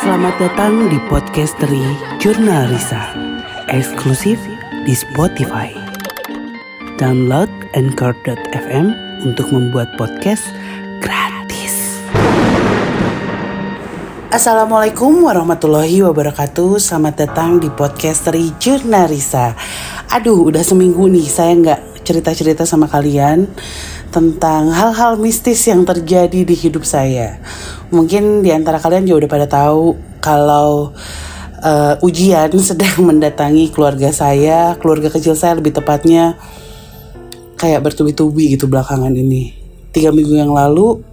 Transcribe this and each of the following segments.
Selamat datang di Podcastery Jurnal Risa, eksklusif di Spotify. Download Anchor.fm untuk membuat podcast gratis. Assalamualaikum warahmatullahi wabarakatuh. Selamat datang di Podcastery Jurnal Risa. Aduh, udah seminggu nih saya nggak cerita-cerita sama kalian tentang hal-hal mistis yang terjadi di hidup saya. Mungkin di antara kalian juga udah pada tahu kalau ujian sedang mendatangi keluarga saya, keluarga kecil saya lebih tepatnya, kayak bertubi-tubi gitu belakangan ini. 3 minggu yang lalu,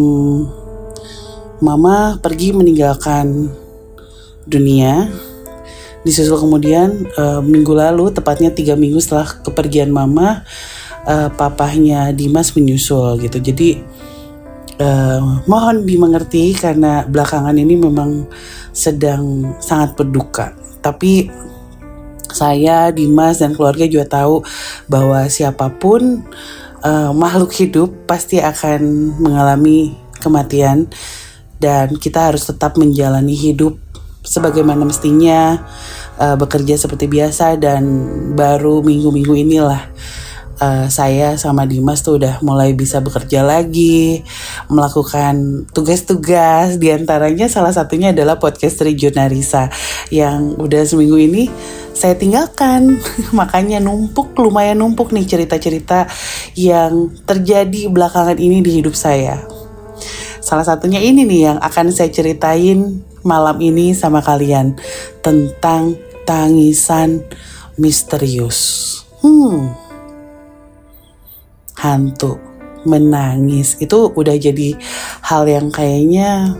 Mama pergi meninggalkan dunia. Disusul kemudian minggu lalu, tepatnya 3 minggu setelah kepergian Mama, papahnya Dimas menyusul gitu. Jadi mohon dimengerti karena belakangan ini memang sedang sangat berduka. Tapi saya, Dimas, dan keluarga juga tahu bahwa siapapun makhluk hidup pasti akan mengalami kematian. Dan kita harus tetap menjalani hidup sebagaimana mestinya, bekerja seperti biasa. Dan baru minggu-minggu inilah saya sama Dimas tuh udah mulai bisa bekerja lagi, melakukan tugas-tugas. Di antaranya salah satunya adalah Podcastery Jurnal Risa yang udah seminggu ini saya tinggalkan. Makanya lumayan numpuk nih cerita-cerita yang terjadi belakangan ini di hidup saya. Salah satunya ini nih yang akan saya ceritain malam ini sama kalian, tentang tangisan misterius. Hantu menangis itu udah jadi hal yang kayaknya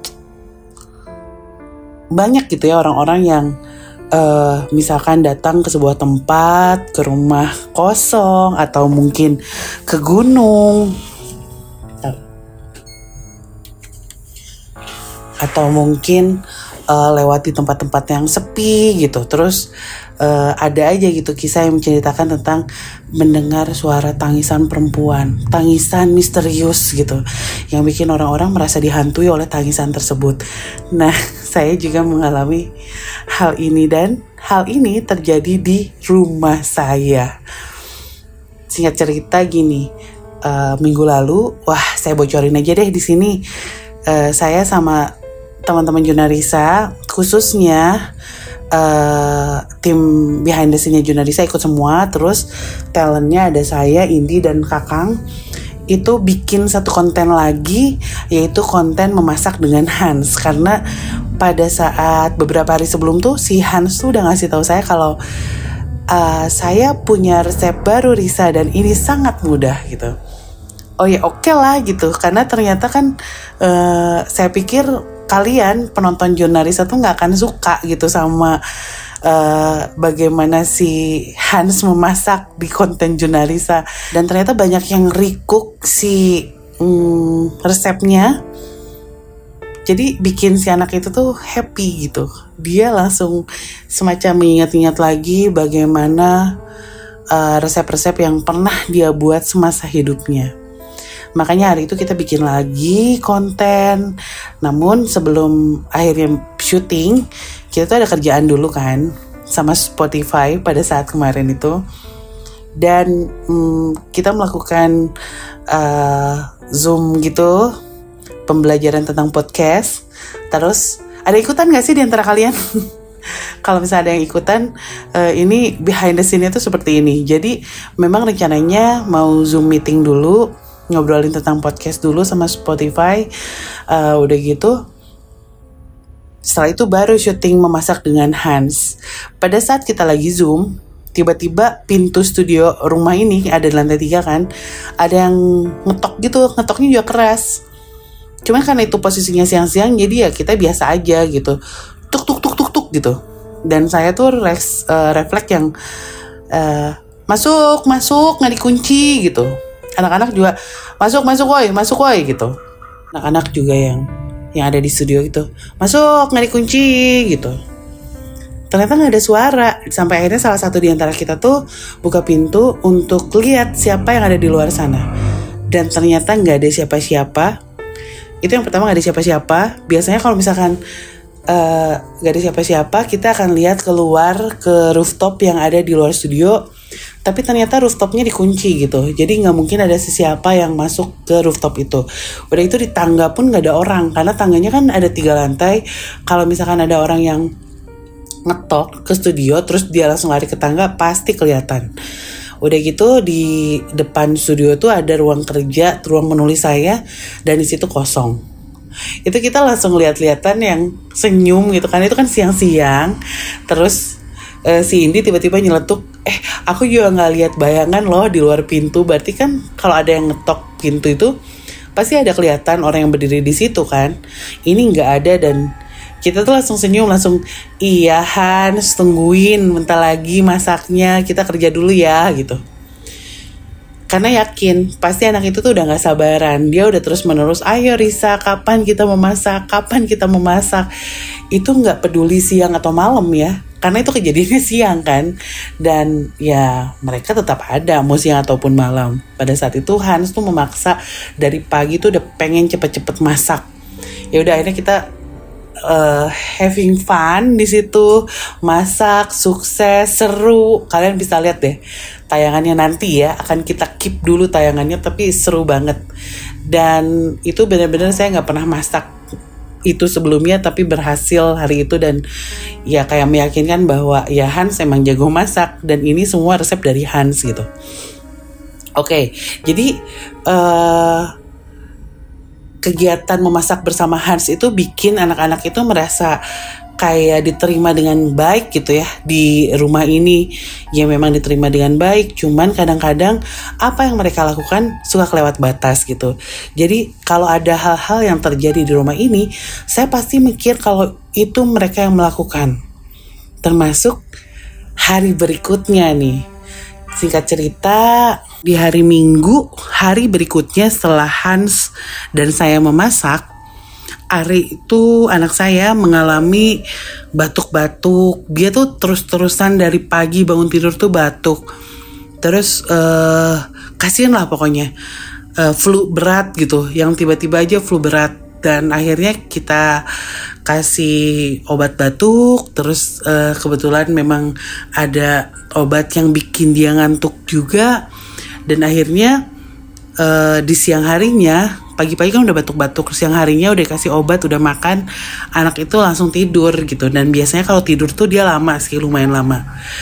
banyak gitu ya, orang-orang yang misalkan datang ke sebuah tempat, ke rumah kosong, atau mungkin ke gunung, atau mungkin lewati tempat-tempat yang sepi gitu. Terus ada aja gitu kisah yang menceritakan tentang mendengar suara tangisan perempuan, tangisan misterius gitu, yang bikin orang-orang merasa dihantui oleh tangisan tersebut. Nah, saya juga mengalami hal ini, dan hal ini terjadi di rumah saya. Singkat cerita gini, minggu lalu, saya bocorin aja deh di sini. Saya sama teman-teman Jurnal Risa, khususnya tim behind the scene-nya Jurnal Risa ikut semua. Terus talentnya ada saya, Indi, dan Kakang. Itu bikin satu konten lagi, yaitu konten memasak dengan Hans. Karena pada saat beberapa hari sebelum tuh, si Hans tuh udah ngasih tahu saya kalau saya punya resep baru Risa, dan ini sangat mudah gitu. Oh ya oke lah gitu, karena ternyata kan saya pikir kalian penonton Jurnal Risa tuh nggak akan suka gitu sama bagaimana si Hans memasak di konten Jurnal Risa. Dan ternyata banyak yang recook si resepnya. Jadi bikin si anak itu tuh happy gitu. Dia langsung semacam mengingat-ingat lagi bagaimana resep-resep yang pernah dia buat semasa hidupnya. Makanya hari itu kita bikin lagi konten. Namun sebelum akhirnya syuting, kita tuh ada kerjaan dulu kan sama Spotify pada saat kemarin itu. Dan kita melakukan Zoom gitu, pembelajaran tentang podcast. Terus ada ikutan gak sih di antara kalian? Kalau misalnya ada yang ikutan, ini behind the scene-nya tuh seperti ini. Jadi memang rencananya mau Zoom meeting dulu, ngobrolin tentang podcast dulu sama Spotify. Udah gitu, setelah itu baru syuting memasak dengan Hans. Pada saat kita lagi Zoom, tiba-tiba pintu studio rumah ini, ada di lantai 3 kan, ada yang ngetok gitu. Ngetoknya juga keras. Cuman karena itu posisinya siang-siang, jadi ya kita biasa aja gitu, tuk tuk tuk tuk tuk gitu. Dan saya tuh refleks yang masuk nggak dikunci gitu. Anak-anak juga masuk woi gitu. Anak-anak juga yang ada di studio gitu, masuk nggak dikunci gitu. Ternyata nggak ada suara. Sampai akhirnya salah satu di antara kita tuh buka pintu untuk lihat siapa yang ada di luar sana. Dan ternyata nggak ada siapa-siapa. Itu yang pertama, nggak ada siapa-siapa. Biasanya kalau misalkan gak ada siapa-siapa, kita akan lihat keluar ke rooftop yang ada di luar studio. Tapi ternyata rooftopnya dikunci gitu. Jadi gak mungkin ada siapa yang masuk ke rooftop itu. Udah itu di tangga pun gak ada orang. Karena tangganya kan ada 3 lantai. Kalau misalkan ada orang yang ngetok ke studio terus dia langsung lari ke tangga, pasti kelihatan. Udah gitu di depan studio tuh ada ruang kerja, ruang menulis saya. Dan di situ kosong. Itu kita langsung lihat-lihatan yang senyum gitu kan. Itu kan siang-siang. Terus si Indi tiba-tiba nyeletuk, aku juga nggak lihat bayangan loh di luar pintu. Berarti kan kalau ada yang ngetok pintu itu pasti ada kelihatan orang yang berdiri di situ kan. Ini nggak ada dan kita tuh langsung senyum, langsung iya Hans, tungguin bentar lagi masaknya, kita kerja dulu ya gitu. Karena yakin pasti anak itu tuh udah gak sabaran. Dia udah terus menerus, ayo Risa, kapan kita memasak, kapan kita memasak. Itu gak peduli siang atau malam ya, karena itu kejadiannya siang kan. Dan ya mereka tetap ada mau siang ataupun malam. Pada saat itu Hans tuh memaksa dari pagi tuh udah pengen cepet-cepet masak. Ya udah akhirnya kita having fun di situ, masak, sukses, seru. Kalian bisa lihat deh tayangannya nanti ya, akan kita keep dulu tayangannya, tapi seru banget. Dan itu benar-benar saya nggak pernah masak itu sebelumnya, tapi berhasil hari itu dan ya kayak meyakinkan bahwa ya Hans emang jago masak dan ini semua resep dari Hans gitu. Oke, jadi kegiatan memasak bersama Hans itu bikin anak-anak itu merasa kayak diterima dengan baik gitu ya di rumah ini. Ya memang diterima dengan baik, cuman kadang-kadang apa yang mereka lakukan suka kelewat batas gitu. Jadi kalau ada hal-hal yang terjadi di rumah ini, saya pasti mikir kalau itu mereka yang melakukan. Termasuk hari berikutnya nih. Singkat cerita, di hari Minggu, hari berikutnya setelah Hans dan saya memasak, Ari itu anak saya mengalami batuk-batuk. Dia tuh terus-terusan dari pagi bangun tidur tuh batuk. Terus kasihan lah pokoknya, flu berat gitu, yang tiba-tiba aja flu berat. Dan akhirnya kita kasih obat batuk, terus kebetulan memang ada obat yang bikin dia ngantuk juga. Dan akhirnya di siang harinya, pagi-pagi kan udah batuk-batuk, siang harinya udah kasih obat, udah makan, anak itu langsung tidur gitu. Dan biasanya kalau tidur tuh dia lama sih, lumayan lama.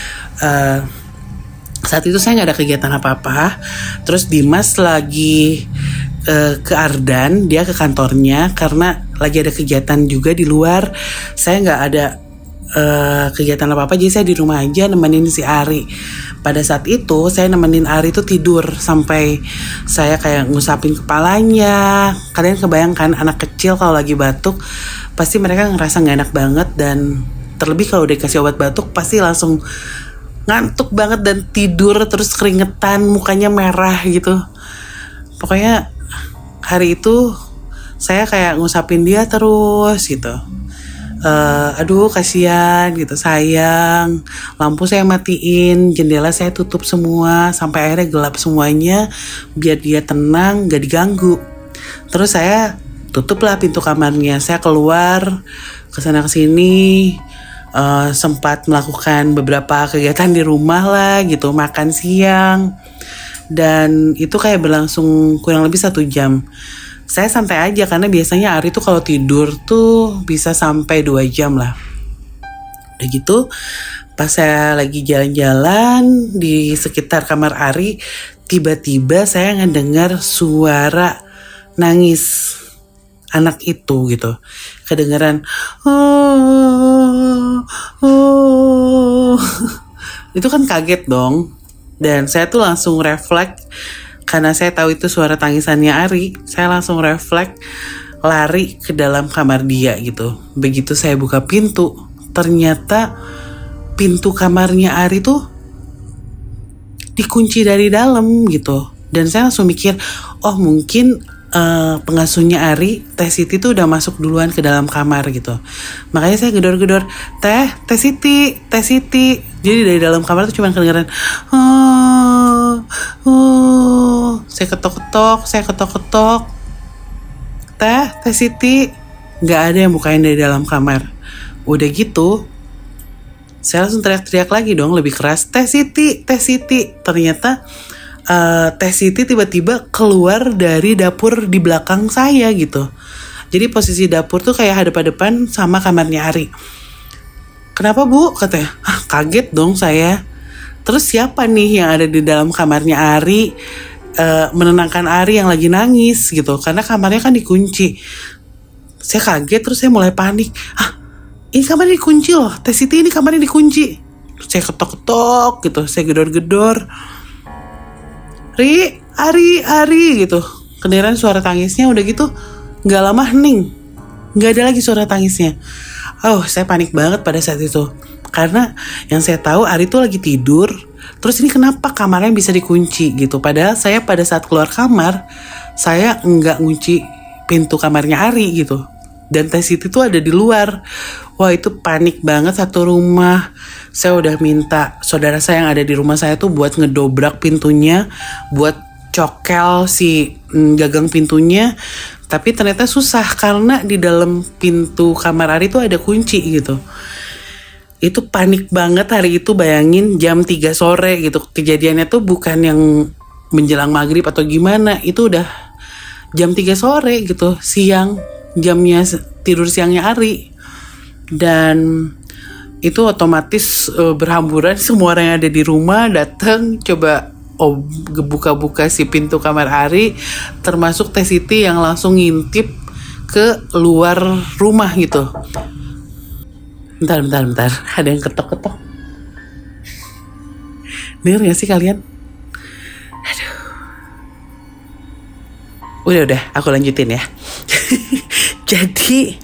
Saat itu saya gak ada kegiatan apa-apa. Terus Dimas lagi ke Ardan, dia ke kantornya karena lagi ada kegiatan juga di luar. Saya gak ada kegiatan apa-apa, jadi saya di rumah aja nemenin si Ari. Pada saat itu saya nemenin Ari tuh tidur sampai saya kayak ngusapin kepalanya. Kalian kebayangkan anak kecil kalau lagi batuk pasti mereka ngerasa gak enak banget. Dan terlebih kalau udah dikasih obat batuk pasti langsung ngantuk banget dan tidur, terus keringetan, mukanya merah gitu. Pokoknya hari itu saya kayak ngusapin dia terus gitu. Aduh kasihan gitu, sayang. Lampu saya matiin, jendela saya tutup semua sampai akhirnya gelap semuanya biar dia tenang, gak diganggu. Terus saya tutuplah pintu kamarnya. Saya keluar kesana kesini, sempat melakukan beberapa kegiatan di rumah lah gitu, makan siang. Dan itu kayak berlangsung kurang lebih 1 jam. Saya santai aja karena biasanya Ari tuh kalau tidur tuh bisa sampai 2 jam lah. Udah gitu, pas saya lagi jalan-jalan di sekitar kamar Ari, tiba-tiba saya ngedengar suara nangis anak itu gitu. Kedengeran itu kan kaget dong. Dan saya tuh langsung refleks, karena saya tahu itu suara tangisannya Ari. Saya langsung refleks lari ke dalam kamar dia gitu. Begitu saya buka pintu, ternyata pintu kamarnya Ari tuh dikunci dari dalam gitu. Dan saya langsung mikir, oh mungkin pengasuhnya Ari, Teh Siti tuh udah masuk duluan ke dalam kamar gitu. Makanya saya gedor-gedor, Teh Siti. Jadi dari dalam kamar tuh cuma kedengeran Saya ketok-ketok, Teh Siti. Gak ada yang bukain dari dalam kamar. Udah gitu, saya langsung teriak-teriak lagi dong, lebih keras, Teh Siti, Teh Siti. Ternyata Teh Siti tiba-tiba keluar dari dapur di belakang saya gitu. Jadi posisi dapur tuh kayak hadap-hadapan sama kamarnya Ari. Kenapa Bu? Katanya. Kaget dong saya. Terus siapa nih yang ada di dalam kamarnya Ari, menenangkan Ari yang lagi nangis gitu. Karena kamarnya kan dikunci. Saya kaget, terus saya mulai panik. Ini kamarnya dikunci loh, Teh Siti, ini kamarnya dikunci. Saya ketok-ketok gitu, saya gedor-gedor. Ari gitu. Kedengeran suara tangisnya, udah gitu gak lama hening. Gak ada lagi suara tangisnya. Saya panik banget pada saat itu. Karena yang saya tahu Ari tuh lagi tidur. Terus ini kenapa kamarnya bisa dikunci gitu. Padahal saya pada saat keluar kamar, saya nggak ngunci pintu kamarnya Ari gitu. Dan Teh Siti tuh ada di luar. Wah, itu panik banget satu rumah. Saya udah minta saudara saya yang ada di rumah saya tuh buat ngedobrak pintunya, buat cokel si gagang pintunya. Tapi ternyata susah karena di dalam pintu kamar Ari tuh ada kunci gitu. Itu panik banget hari itu, bayangin jam 3 sore gitu. Kejadiannya tuh bukan yang menjelang maghrib atau gimana. Itu udah jam 3 sore gitu, siang. Jamnya tidur siangnya Ari. Dan itu otomatis berhamburan, semua orang yang ada di rumah datang coba buka-buka si pintu kamar Ari, termasuk Teh Siti yang langsung ngintip ke luar rumah gitu. Bentar, ada yang ketok-ketok. Dengar gak sih kalian? Aduh. Udah, aku lanjutin ya. Jadi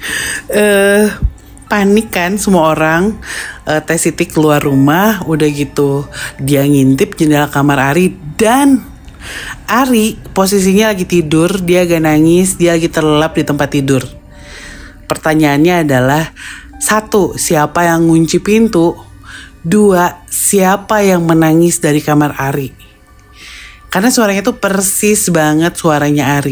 panik kan semua orang. Teh Siti keluar rumah, udah gitu dia ngintip jendela kamar Ari. Dan Ari posisinya lagi tidur, dia agak nangis, dia lagi terlelap di tempat tidur. Pertanyaannya adalah, 1, siapa yang ngunci pintu? 2, siapa yang menangis dari kamar Ari? Karena suaranya tuh persis banget suaranya Ari.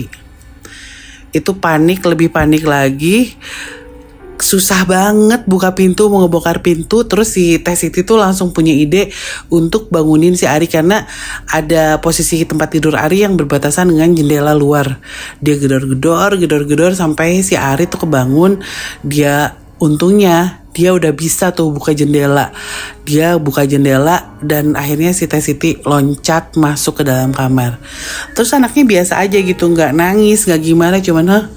Itu panik, lebih panik lagi. Susah banget buka pintu, mau ngebongkar pintu. Terus si Teh Siti tuh langsung punya ide untuk bangunin si Ari. Karena ada posisi tempat tidur Ari yang berbatasan dengan jendela luar. Dia gedor-gedor sampai si Ari tuh kebangun. Untungnya dia udah bisa tuh buka jendela. Dia buka jendela dan akhirnya si Teh Siti loncat masuk ke dalam kamar. Terus anaknya biasa aja gitu, gak nangis, gak gimana, cuman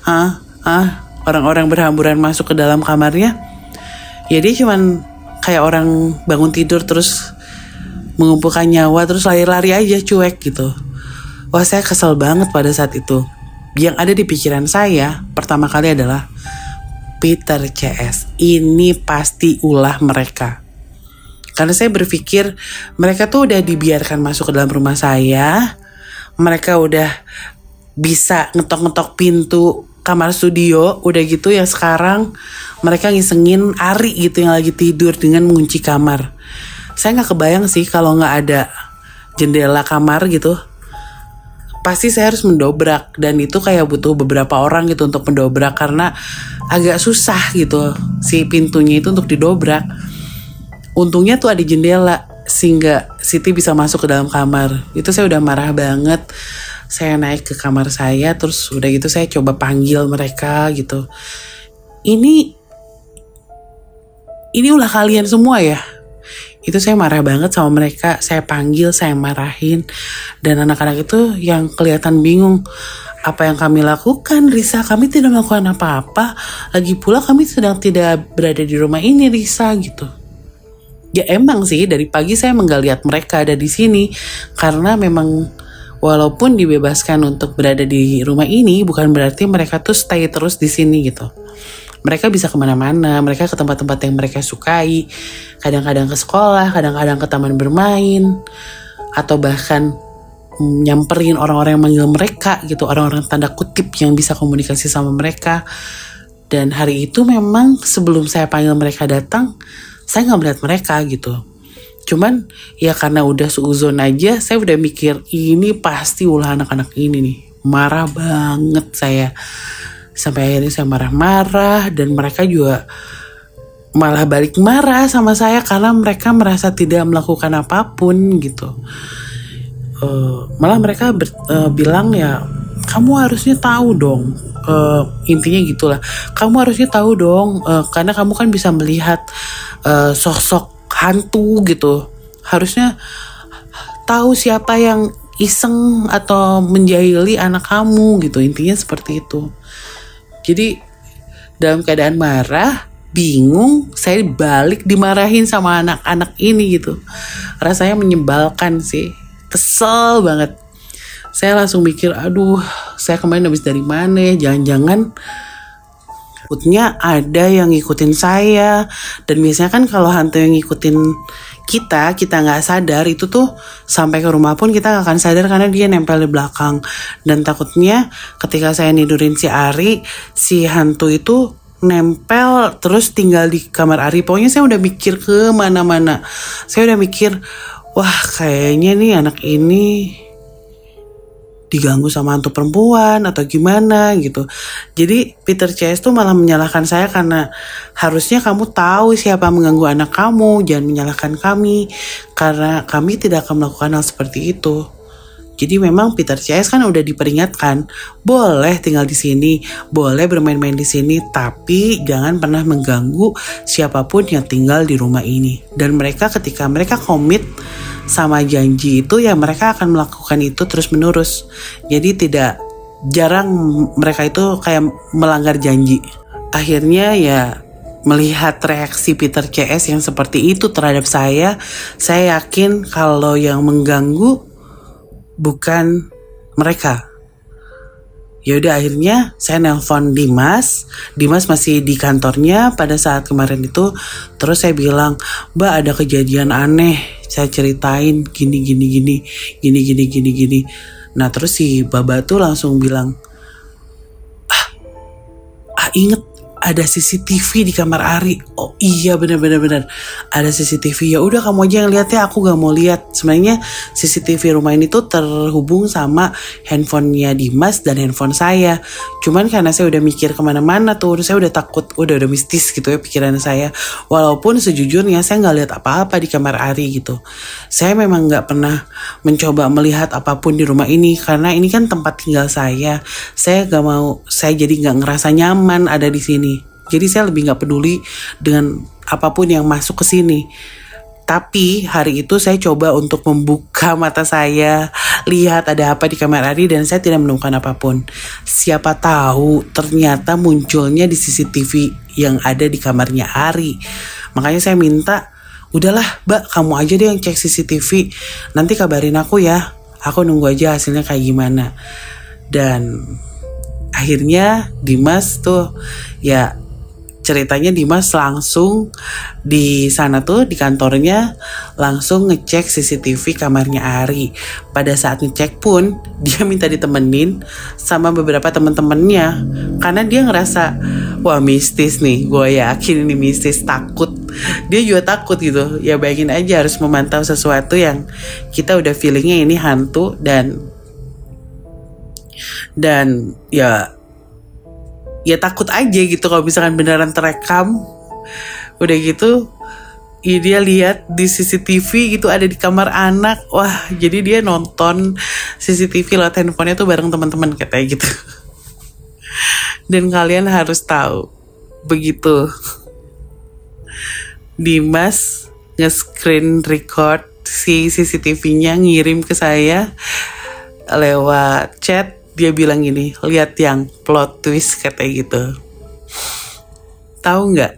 orang-orang berhamburan masuk ke dalam kamarnya. Ya dia cuman kayak orang bangun tidur terus mengumpulkan nyawa, terus lari-lari aja cuek gitu. Wah, saya kesel banget pada saat itu. Yang ada di pikiran saya pertama kali adalah, Peter CS, ini pasti ulah mereka. Karena saya berpikir mereka tuh udah dibiarkan masuk ke dalam rumah saya. Mereka udah bisa ngetok-ngetok pintu kamar studio, udah gitu ya sekarang mereka ngisengin Ari gitu yang lagi tidur dengan mengunci kamar. Saya gak kebayang sih kalau gak ada jendela kamar gitu. Pasti saya harus mendobrak, dan itu kayak butuh beberapa orang gitu untuk mendobrak karena agak susah gitu si pintunya itu untuk didobrak. Untungnya tuh ada jendela sehingga Siti bisa masuk ke dalam kamar. Itu saya udah marah banget. Saya naik ke kamar saya, terus udah gitu saya coba panggil mereka gitu. Ini ulah kalian semua ya? Itu saya marah banget sama mereka. Saya panggil, saya marahin. Dan anak-anak itu yang kelihatan bingung. Apa yang kami lakukan, Risa? Kami tidak melakukan apa-apa. Lagi pula kami sedang tidak berada di rumah ini, Risa, gitu. Ya emang sih, dari pagi saya nggak lihat mereka ada di sini. Karena memang walaupun dibebaskan untuk berada di rumah ini, bukan berarti mereka tuh stay terus di sini gitu. Mereka bisa kemana-mana, mereka ke tempat-tempat yang mereka sukai. Kadang-kadang ke sekolah, kadang-kadang ke taman bermain. Atau bahkan nyamperin orang-orang yang manggil mereka gitu. Orang-orang tanda kutip yang bisa komunikasi sama mereka. Dan hari itu memang sebelum saya panggil mereka datang, saya gak melihat mereka gitu. Cuman ya karena udah seuzon aja, saya udah mikir ini pasti ulah anak-anak ini nih. Marah banget saya. Sampai akhirnya saya marah-marah, dan mereka juga malah balik marah sama saya karena mereka merasa tidak melakukan apapun gitu. Malah mereka bilang ya, kamu harusnya tahu dong. Intinya gitulah, kamu harusnya tahu dong, karena kamu kan bisa melihat sosok hantu gitu, harusnya tahu siapa yang iseng atau menjahili anak kamu gitu. Intinya seperti itu. Jadi dalam keadaan marah, bingung, saya balik dimarahin sama anak-anak ini gitu. Rasanya menyebalkan sih, kesel banget. Saya langsung mikir, aduh, saya kemarin habis dari mana ya? Jangan-jangan takutnya ada yang ngikutin saya. Dan biasanya kan kalau hantu yang ngikutin kita nggak sadar, itu tuh sampai ke rumah pun kita nggak akan sadar karena dia nempel di belakang. Dan takutnya ketika saya nidurin si Ari, si hantu itu nempel terus tinggal di kamar Ari. Pokoknya saya udah mikir ke mana-mana. Saya udah mikir, wah kayaknya nih anak ini diganggu sama hantu perempuan atau gimana gitu. Jadi Peter CS tuh malah menyalahkan saya karena harusnya kamu tahu siapa mengganggu anak kamu, jangan menyalahkan kami karena kami tidak akan melakukan hal seperti itu. Jadi memang Peter CS kan udah diperingatkan, boleh tinggal di sini, boleh bermain-main di sini, tapi jangan pernah mengganggu siapapun yang tinggal di rumah ini. Dan mereka ketika mereka komit sama janji itu, ya mereka akan melakukan itu terus menerus. Jadi jarang mereka itu kayak melanggar janji. Akhirnya ya melihat reaksi Peter CS yang seperti itu terhadap saya yakin kalau yang mengganggu bukan mereka. Ya udah akhirnya saya nelpon Dimas masih di kantornya pada saat kemarin itu. Terus saya bilang, Mbak ada kejadian aneh, saya ceritain gini. Nah terus si Baba tuh langsung bilang, inget ada CCTV di kamar Ari. Oh iya benar ada CCTV. Ya udah kamu aja yang lihat ya, aku gak mau lihat. Sebenarnya CCTV rumah ini tuh terhubung sama handphonenya Dimas dan handphone saya. Cuman karena saya udah mikir kemana-mana tuh, saya udah takut, udah mistis gitu ya pikiran saya. Walaupun sejujurnya saya gak lihat apa-apa di kamar Ari gitu. Saya memang gak pernah mencoba melihat apapun di rumah ini karena ini kan tempat tinggal saya. Saya gak mau, saya jadi gak ngerasa nyaman ada di sini. Jadi saya lebih gak peduli dengan apapun yang masuk ke sini. Tapi hari itu saya coba untuk membuka mata saya, lihat ada apa di kamar Ari, dan saya tidak menemukan apapun. Siapa tahu ternyata munculnya di CCTV yang ada di kamarnya Ari. Makanya saya minta, udahlah Mbak, kamu aja deh yang cek CCTV, nanti kabarin aku ya. Aku nunggu aja hasilnya kayak gimana. Dan akhirnya Dimas tuh ya, ceritanya Dimas langsung di sana tuh di kantornya langsung ngecek CCTV kamarnya Ari. Pada saat ngecek pun dia minta ditemenin sama beberapa teman-temannya karena dia ngerasa wah mistis nih, gue yakin ini mistis, takut. Dia juga takut gitu. Ya bayangin aja harus memantau sesuatu yang kita udah feelingnya ini hantu dan ya takut aja gitu kalau misalkan beneran terekam. Udah gitu dia lihat di CCTV gitu ada di kamar anak. Wah jadi dia nonton CCTV lewat handphonenya tuh bareng teman-teman katanya gitu. Dan kalian harus tahu, begitu Dimas nge-screen record si CCTV-nya ngirim ke saya lewat chat, dia bilang gini, lihat yang plot twist katanya gitu. Tahu nggak?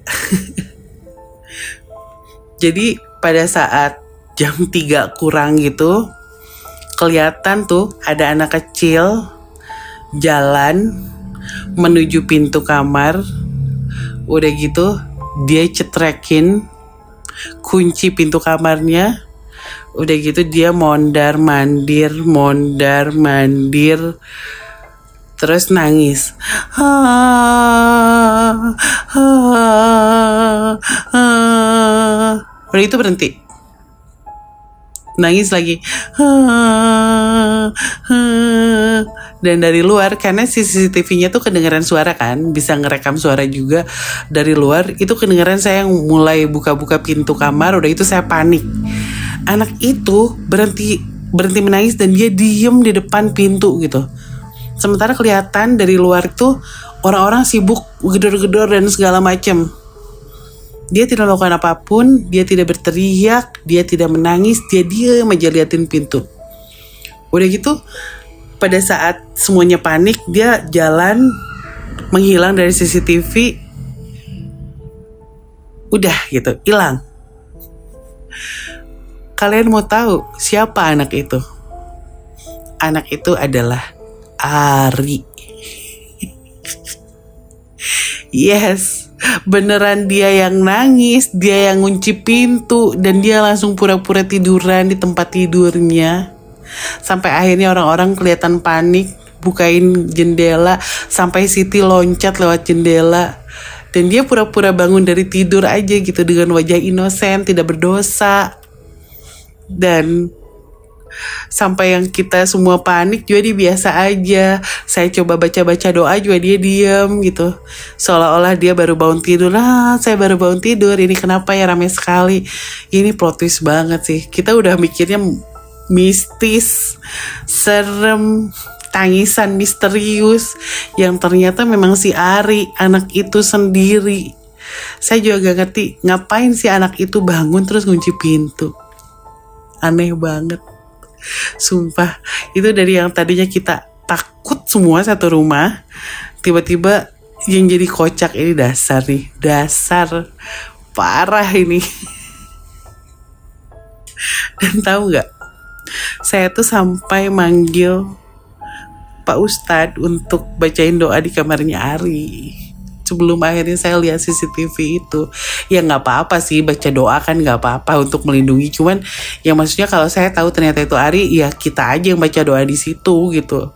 Jadi pada saat jam 3 kurang gitu, kelihatan tuh ada anak kecil jalan menuju pintu kamar. Udah gitu dia cetrekin kunci pintu kamarnya. Udah gitu dia mondar mandir terus nangis. Udah itu berhenti. nangis lagi. Dan dari luar, karena si CCTV-nya tuh kedengeran suara kan, bisa ngerekam suara juga dari luar. Itu kedengeran saya yang mulai buka-buka pintu kamar. Udah itu saya panik. Anak itu berhenti menangis dan dia diem di depan pintu gitu. Sementara kelihatan dari luar itu orang-orang sibuk gedor-gedor dan segala macam. Dia tidak melakukan apapun, dia tidak berteriak, dia tidak menangis, dia diam aja liatin pintu. Udah gitu, pada saat semuanya panik, dia jalan menghilang dari CCTV. Udah gitu, hilang. Kalian mau tahu siapa anak itu? Anak itu adalah Ari. Yes, beneran dia yang nangis, dia yang ngunci pintu, dan dia langsung pura-pura tiduran di tempat tidurnya. Sampai akhirnya orang-orang kelihatan panik, bukain jendela, sampai Siti loncat lewat jendela. Dan dia pura-pura bangun dari tidur aja gitu dengan wajah inosen, tidak berdosa. Dan sampai yang kita semua panik juga dia biasa aja. Saya coba baca-baca doa juga dia diam gitu, seolah-olah dia baru bangun tidur. Saya baru bangun tidur, ini kenapa ya ramai sekali. Ini plot twist banget sih. Kita udah mikirnya mistis, serem, tangisan misterius, yang ternyata memang si Ari, anak itu sendiri. Saya juga gak ngerti ngapain si anak itu bangun terus ngunci pintu. Aneh banget. Sumpah, itu dari yang tadinya kita takut semua satu rumah, tiba-tiba yang jadi kocak ini dasar parah ini. Dan tahu nggak, saya tuh sampai manggil Pak Ustadz untuk bacain doa di kamarnya Ari. Sebelum akhirnya saya lihat CCTV itu, ya nggak apa-apa sih baca doa kan, nggak apa-apa untuk melindungi. Cuman ya maksudnya kalau saya tahu ternyata itu Ari, ya kita aja yang baca doa di situ gitu.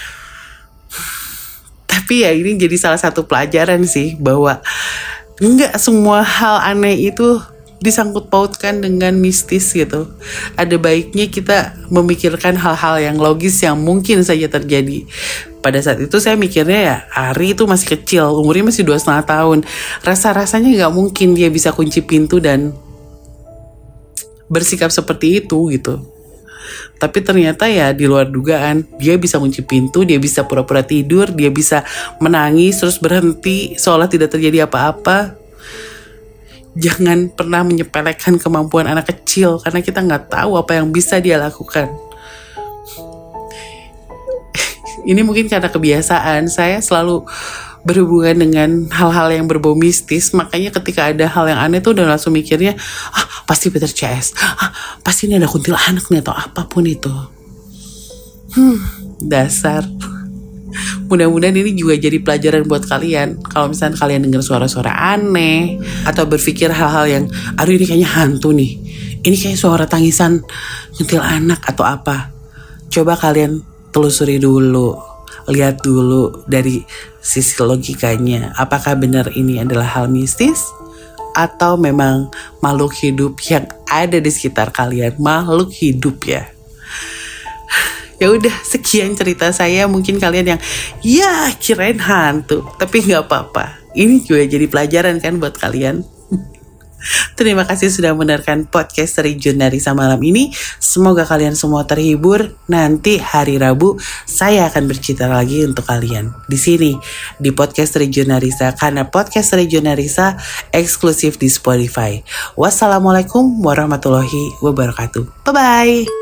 Tapi ya ini jadi salah satu pelajaran sih, bahwa nggak semua hal aneh itu disangkut pautkan dengan mistis gitu. Ada baiknya kita memikirkan hal-hal yang logis yang mungkin saja terjadi. Pada saat itu saya mikirnya ya Ari itu masih kecil, umurnya masih 2,5 tahun. Rasa-rasanya gak mungkin dia bisa kunci pintu dan bersikap seperti itu gitu. Tapi ternyata ya di luar dugaan, dia bisa kunci pintu, dia bisa pura-pura tidur, dia bisa menangis terus berhenti seolah tidak terjadi apa-apa. Jangan pernah menyepelekan kemampuan anak kecil, karena kita gak tahu apa yang bisa dia lakukan. Ini mungkin karena kebiasaan, saya selalu berhubungan dengan hal-hal yang berbau mistis. Makanya ketika ada hal yang aneh tuh udah langsung mikirnya, pasti Peter CS, pasti ini ada kuntilanak nih atau apapun itu. Dasar. Mudah-mudahan ini juga jadi pelajaran buat kalian. Kalau misalnya kalian dengar suara-suara aneh, atau berpikir hal-hal yang, aduh ini kayaknya hantu nih, ini kayak suara tangisan kuntilanak atau apa, coba kalian telusuri dulu, lihat dulu dari sisi logikanya, apakah benar ini adalah hal mistis atau memang makhluk hidup yang ada di sekitar kalian, makhluk hidup ya. Ya udah, sekian cerita saya. Mungkin kalian yang ya kirain hantu, tapi nggak apa-apa. Ini juga jadi pelajaran kan buat kalian. Terima kasih sudah mendengarkan podcast dari Junarisa malam ini. Semoga kalian semua terhibur. Nanti hari Rabu saya akan bercerita lagi untuk kalian di sini di podcast dari Junarisa, karena podcast dari Junarisa eksklusif di Spotify. Wassalamualaikum warahmatullahi wabarakatuh. Bye bye.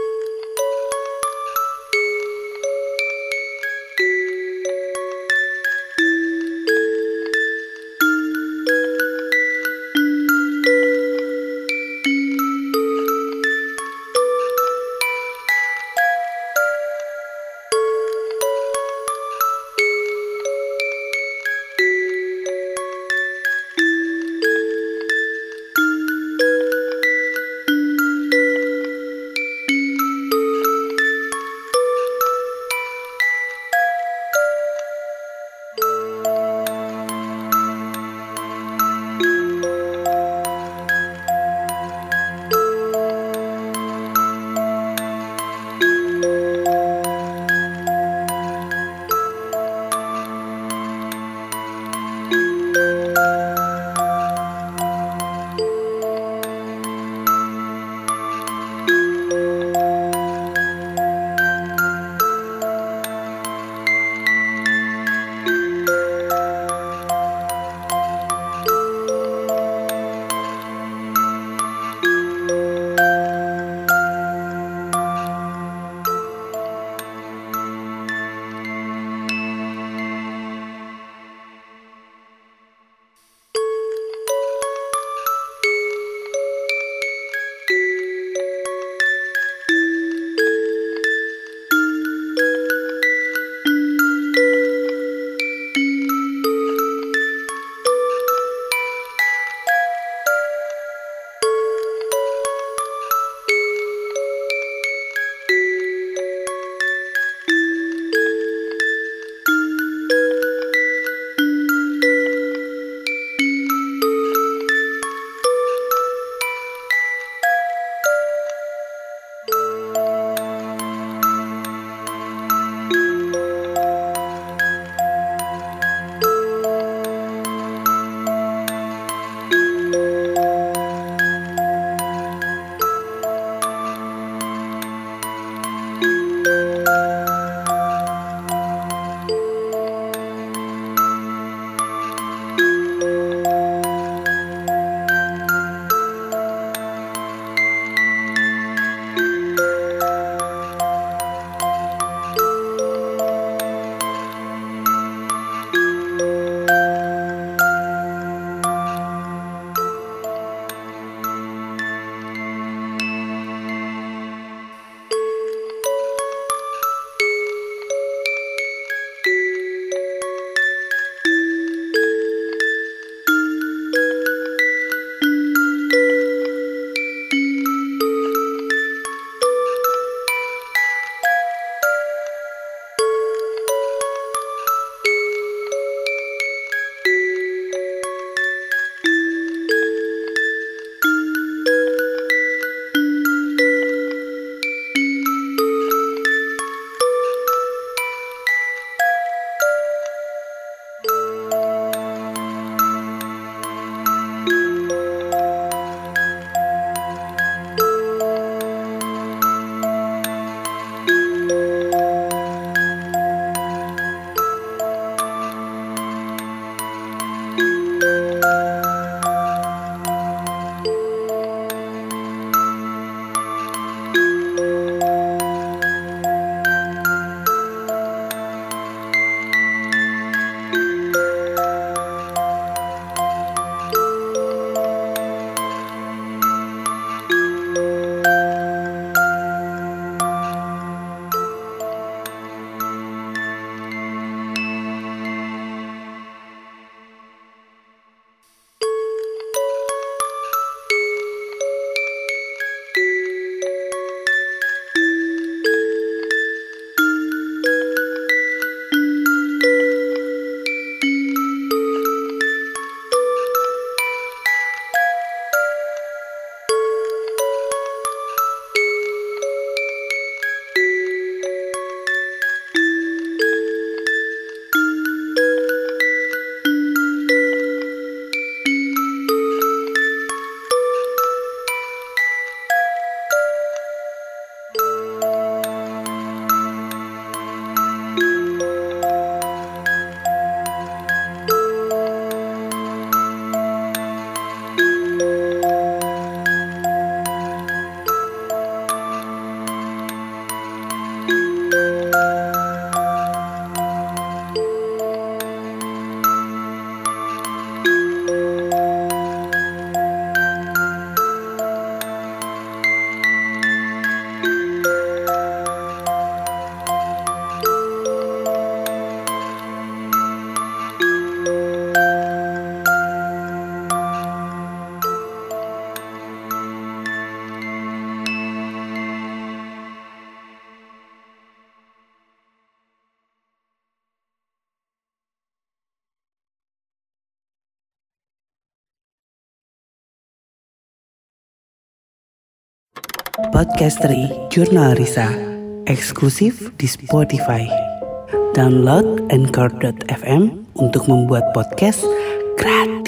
Podcastery Jurnal Risa, eksklusif di Spotify. Download Anchor.fm untuk membuat podcast gratis.